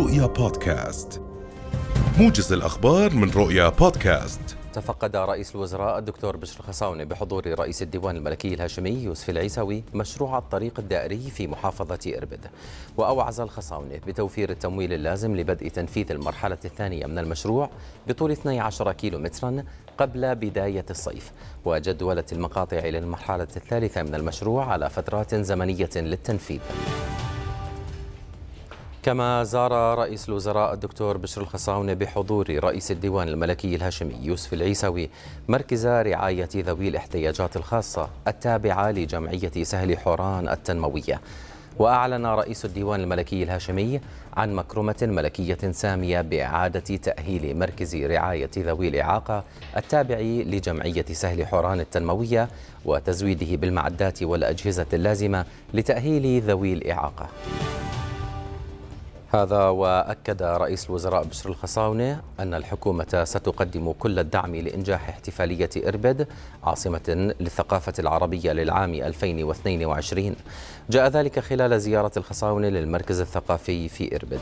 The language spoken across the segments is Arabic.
رؤيا بودكاست، موجز الأخبار من رؤيا بودكاست. تفقد رئيس الوزراء الدكتور بشر الخصاونة بحضور رئيس الديوان الملكي الهاشمي يوسف العيساوي مشروع الطريق الدائري في محافظة إربد. وأوعز الخصاونة بتوفير التمويل اللازم لبدء تنفيذ المرحلة الثانية من المشروع بطول 12 كيلومترا قبل بداية الصيف، وجدولة المقاطع للمرحلة الثالثة من المشروع على فترات زمنية للتنفيذ. كما زار رئيس الوزراء الدكتور بشر الخصاونة بحضور رئيس الديوان الملكي الهاشمي يوسف العيساوي مركز رعاية ذوي الاحتياجات الخاصة التابعة لجمعية سهل حوران التنموية. وأعلن رئيس الديوان الملكي الهاشمي عن مكرمة ملكية سامية بإعادة تأهيل مركز رعاية ذوي الإعاقة التابع لجمعية سهل حوران التنموية وتزويده بالمعدات والأجهزة اللازمة لتأهيل ذوي الإعاقة. هذا وأكد رئيس الوزراء بشر الخصاونة أن الحكومة ستقدم كل الدعم لإنجاح احتفالية إربد عاصمة للثقافة العربية للعام 2022. جاء ذلك خلال زيارة الخصاونة للمركز الثقافي في إربد.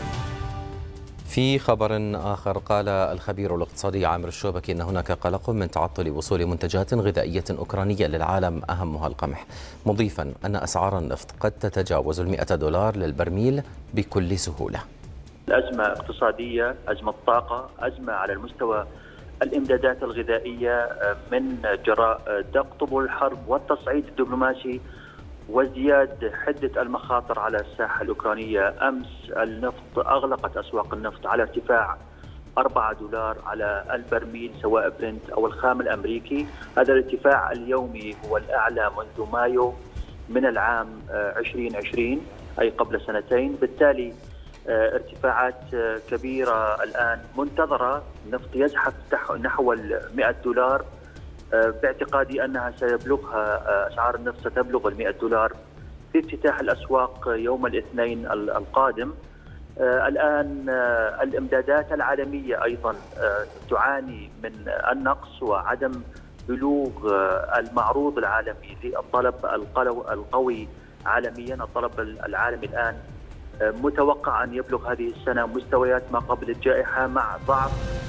في خبر آخر، قال الخبير الاقتصادي عامر الشوبكي أن هناك قلق من تعطل وصول منتجات غذائية أوكرانية للعالم أهمها القمح، مضيفا أن أسعار النفط قد تتجاوز $100 للبرميل بكل سهولة. الأزمة اقتصادية، أزمة طاقة، أزمة على المستوى الإمدادات الغذائية من جراء تقطب الحرب والتصعيد الدبلوماسي وازدياد حدة المخاطر على الساحة الأوكرانية. أمس النفط أغلقت أسواق النفط على ارتفاع $4 على البرميل سواء برنت أو الخام الأمريكي. هذا الارتفاع اليومي هو الأعلى منذ مايو من العام 2020 أي قبل سنتين. بالتالي ارتفاعات كبيرة الآن منتظرة. النفط يزحف نحو $100 باعتقادي أنها سيبلغها أسعار النفط ستبلغ $100 في افتتاح الأسواق يوم الاثنين القادم. الآن الإمدادات العالمية أيضا تعاني من النقص وعدم بلوغ المعروض العالمي للطلب القوي عالميا. الطلب العالمي الآن متوقع أن يبلغ هذه السنة مستويات ما قبل الجائحة مع ضعف